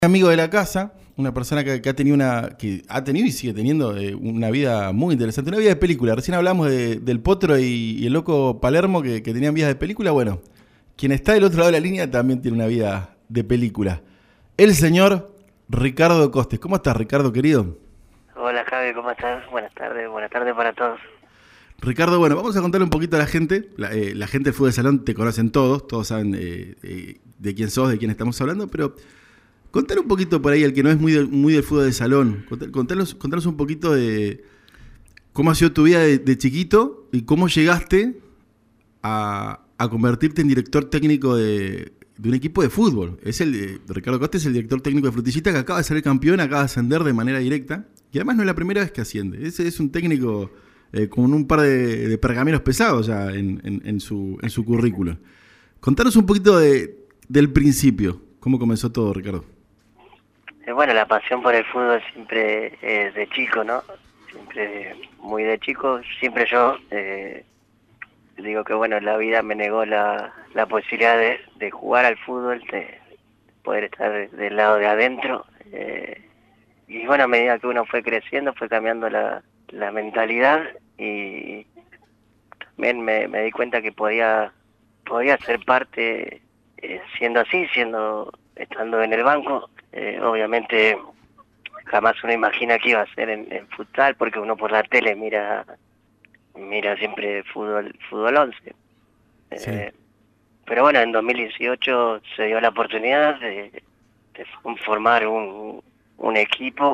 Amigo de la casa, una persona que ha tenido y sigue teniendo una vida muy interesante, una vida de película. Recién hablamos del Potro y el loco Palermo que tenían vidas de película. Bueno, quien está del otro lado de la línea también tiene una vida de película. El señor Ricardo Costes. ¿Cómo estás, Ricardo, querido? Hola Javi, ¿cómo estás? Buenas tardes para todos. Ricardo, bueno, vamos a contarle un poquito a la gente. La gente del Fútbol de Salón te conocen todos saben de quién sos, de quién estamos hablando, pero contar un poquito por ahí, el que no es muy del fútbol de salón, contanos un poquito de cómo ha sido tu vida de chiquito y cómo llegaste a convertirte en director técnico de un equipo de fútbol. Ricardo Costa es el director técnico de Frutillita que acaba de ser campeón, acaba de ascender de manera directa y además no es la primera vez que asciende. Ese es un técnico con un par de pergaminos pesados ya en su currículum. Contanos un poquito del principio, cómo comenzó todo, Ricardo. Bueno, la pasión por el fútbol siempre es de chico, ¿no? Siempre muy de chico. Siempre yo digo que, bueno, la vida me negó la posibilidad de jugar al fútbol, de poder estar del lado de adentro. Y bueno, a medida que uno fue creciendo, fue cambiando la mentalidad y también me di cuenta que podía ser parte siendo así, estando en el banco. Obviamente jamás uno imagina que iba a ser en futsal, porque uno por la tele mira siempre fútbol 11. Sí. Pero bueno, en 2018 se dio la oportunidad de formar un equipo.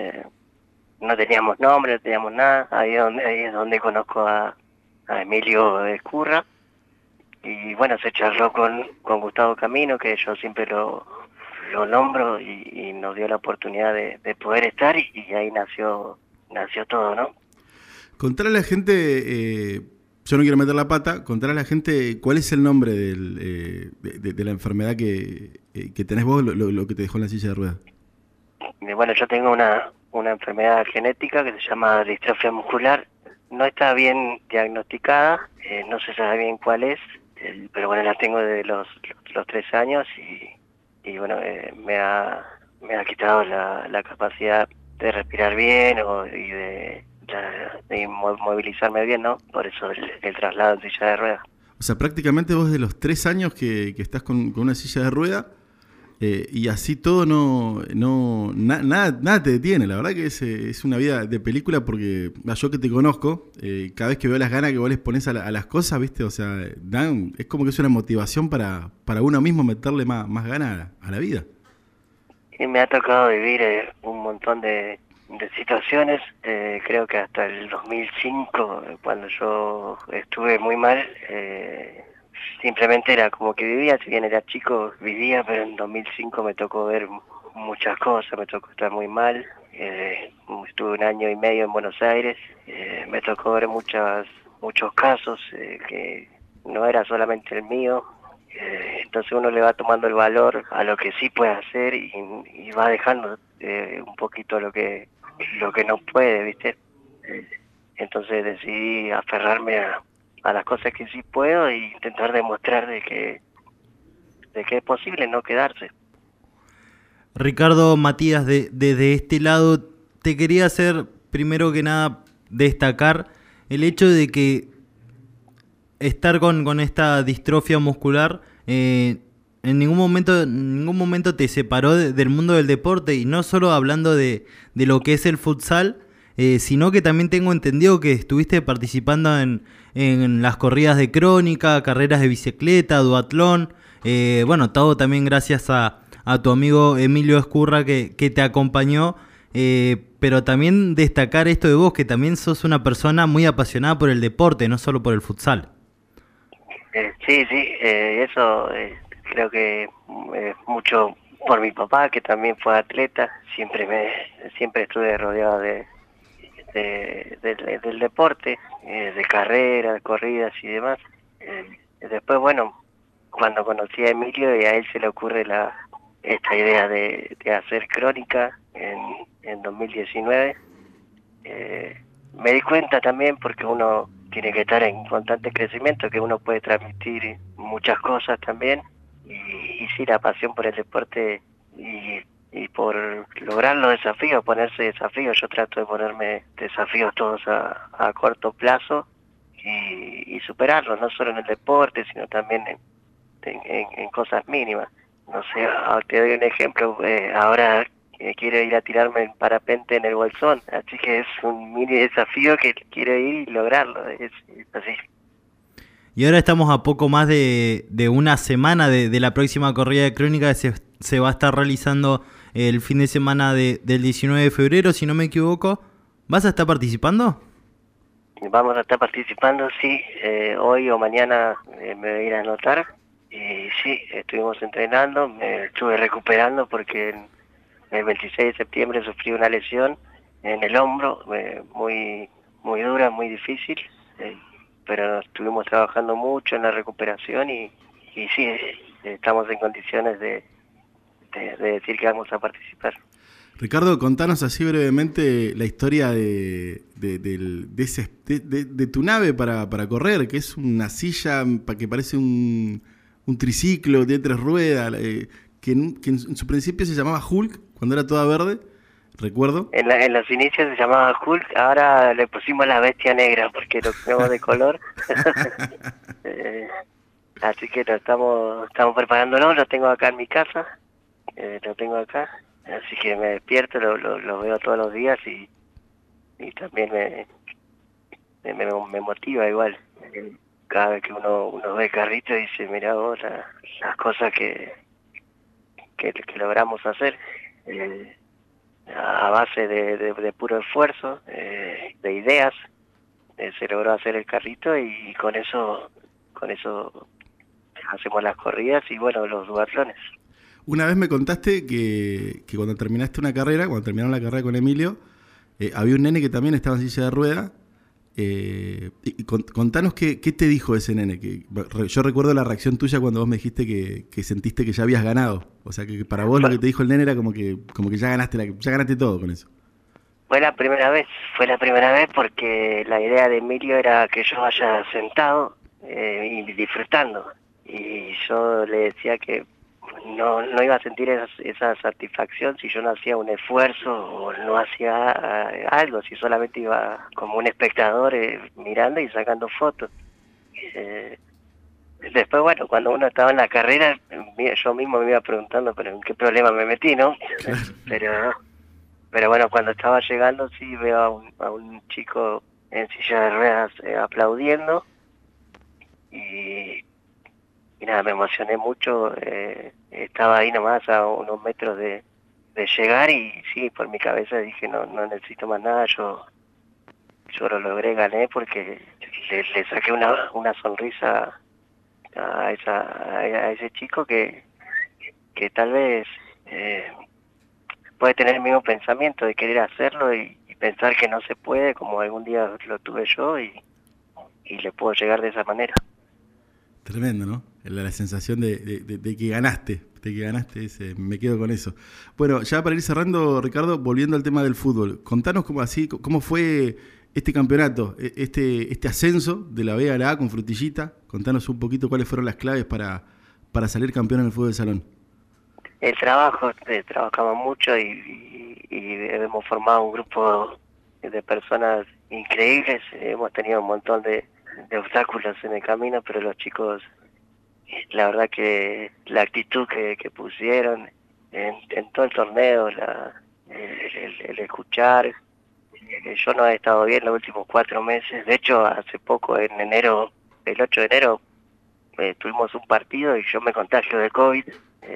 No teníamos nombre, no teníamos nada. Ahí es donde conozco a Emilio Escurra. Y bueno, se charló con Gustavo Camino, que yo siempre lo nombro, y nos dio la oportunidad de poder estar, y ahí nació todo, ¿no? Contar a la gente, yo no quiero meter la pata, contar a la gente cuál es el nombre de la enfermedad que tenés vos, lo que te dejó en la silla de ruedas. Y bueno, yo tengo una enfermedad genética que se llama distrofia muscular. No está bien diagnosticada, no se sabe bien cuál es, pero bueno, la tengo desde los 3 años, y bueno, me ha quitado la capacidad de respirar bien y de movilizarme bien, ¿no? Por eso el traslado en silla de ruedas. O sea, prácticamente vos de los 3 años que estás con una silla de rueda y así todo nada te detiene. La verdad que es una vida de película porque yo que te conozco, cada vez que veo las ganas que vos les pones a las cosas, ¿viste? O sea, es como que es una motivación para uno mismo meterle más ganas a la vida. Y me ha tocado vivir un montón de situaciones. Creo que hasta el 2005, cuando yo estuve muy mal, simplemente era como que vivía. Si bien era chico, vivía, pero en 2005 me tocó ver muchas cosas. Me tocó estar muy mal. Estuve 1 año y medio en Buenos Aires. Me tocó ver muchos casos, que no era solamente el mío. Entonces uno le va tomando el valor a lo que sí puede hacer, y va dejando un poquito lo que no puede, ¿viste? Eh, entonces decidí aferrarme a las cosas que sí puedo, e intentar demostrar de que es posible no quedarse. Ricardo Matías, desde este lado, te quería hacer, primero que nada, destacar el hecho de que estar con esta distrofia muscular en ningún momento te separó del mundo del deporte, y no solo hablando de lo que es el futsal, sino que también tengo entendido que estuviste participando en las corridas de crónica, carreras de bicicleta, duatlón, bueno, todo también gracias a tu amigo Emilio Escurra que te acompañó, pero también destacar esto de vos, que también sos una persona muy apasionada por el deporte, no solo por el futsal. Sí, eso creo que mucho por mi papá, que también fue atleta. Siempre estuve rodeado del deporte, de carreras, corridas y demás. Después, bueno, cuando conocí a Emilio, y a él se le ocurre esta idea de hacer crónica en 2019, me di cuenta también, porque uno tiene que estar en constante crecimiento, que uno puede transmitir muchas cosas también, y sí, la pasión por el deporte y por lograr los desafíos, ponerse desafíos. Yo trato de ponerme desafíos todos a corto plazo y superarlos, no solo en el deporte, sino también en cosas mínimas. No sé, te doy un ejemplo, ahora quiero ir a tirarme en parapente en el Bolsón, así que es un mini desafío que quiero ir y lograrlo, es así. Y ahora estamos a poco más de una semana de la próxima corrida de Crónica que se va a estar realizando el fin de semana del 19 de febrero, si no me equivoco. ¿Vas a estar participando? Vamos a estar participando, sí. Hoy o mañana me voy a ir a anotar. Y sí, estuvimos entrenando, me estuve recuperando porque el 26 de septiembre sufrí una lesión en el hombro, muy dura, muy difícil. Pero estuvimos trabajando mucho en la recuperación y sí, estamos en condiciones de decir que vamos a participar. Ricardo, contanos así brevemente la historia de tu nave para correr, que es una silla que parece un triciclo, tiene 3 ruedas, que en su principio se llamaba Hulk, cuando era toda verde, recuerdo. En los inicios se llamaba Hulk, ahora le pusimos la bestia negra porque lo tenemos de color. Así que estamos preparándolo, lo tengo acá en mi casa, lo tengo acá, así que me despierto, lo veo todos los días y también me motiva igual. Cada vez que uno ve el carrito dice, mirá vos las cosas que logramos hacer. A base de puro esfuerzo, de ideas, se logró hacer el carrito y con eso hacemos las corridas y bueno, los duatlones. Una vez me contaste que cuando terminaron la carrera con Emilio, había un nene que también estaba en silla de rueda. Y contanos qué te dijo ese nene. Yo recuerdo la reacción tuya cuando vos me dijiste que sentiste que ya habías ganado. O sea, que para vos lo que te dijo el nene era como que ya ganaste todo con eso. Fue la primera vez porque la idea de Emilio era que yo vaya sentado y disfrutando. Y yo le decía que no iba a sentir esa satisfacción si yo no hacía un esfuerzo o no hacía algo, si solamente iba como un espectador mirando y sacando fotos. Después, bueno, cuando uno estaba en la carrera, yo mismo me iba preguntando, pero ¿en qué problema me metí, no? Pero bueno, cuando estaba llegando sí veo a un chico en silla de ruedas aplaudiendo y nada, me emocioné mucho. Estaba ahí nomás a unos metros de llegar y sí, por mi cabeza dije no necesito más nada, yo lo logré, gané porque le saqué una sonrisa a ese chico que tal vez puede tener el mismo pensamiento de querer hacerlo y pensar que no se puede, como algún día lo tuve yo y le puedo llegar de esa manera. Tremendo, ¿no? La sensación de que ganaste, me quedo con eso. Bueno, ya para ir cerrando, Ricardo, volviendo al tema del fútbol, contanos cómo fue este campeonato, este ascenso de la B a la A con Frutillita. Contanos un poquito cuáles fueron las claves para salir campeón en el fútbol de salón. El trabajo, trabajamos mucho y hemos formado un grupo de personas increíbles. Hemos tenido un montón de obstáculos en el camino, pero los chicos, la verdad que la actitud que pusieron en todo el torneo, el escuchar. Yo no he estado bien los últimos 4 meses. De hecho, hace poco, en enero, el 8 de enero, tuvimos un partido y yo me contagio de COVID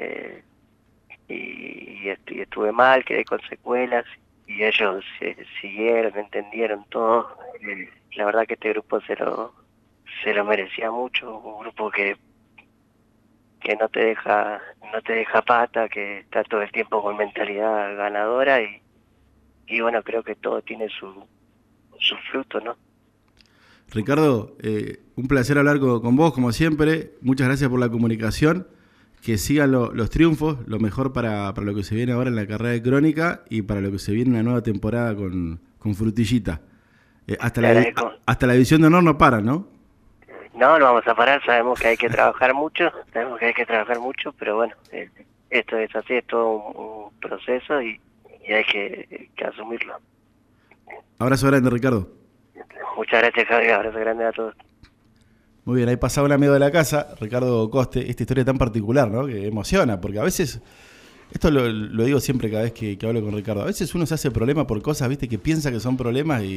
y estuve mal, quedé con secuelas y ellos siguieron, entendieron todo. La verdad que este grupo se lo merecía mucho, un grupo que no te deja pata, que está todo el tiempo con mentalidad ganadora y bueno, creo que todo tiene su fruto, ¿no? Ricardo, un placer hablar con vos, como siempre. Muchas gracias por la comunicación. Que sigan los triunfos, lo mejor para lo que se viene ahora en la carrera de Crónica y para lo que se viene una nueva temporada con Frutillita. Hasta la división de honor no para, ¿no? No vamos a parar, sabemos que hay que trabajar mucho, pero bueno, esto es así, es todo un proceso y hay que asumirlo. Abrazo grande, Ricardo. Muchas gracias, Javier, abrazo grande a todos. Muy bien, ahí pasaba un amigo de la casa, Ricardo Coste, esta historia tan particular, ¿no? Que emociona, porque a veces, esto lo digo siempre cada vez que hablo con Ricardo, a veces uno se hace problema por cosas, viste, que piensa que son problemas y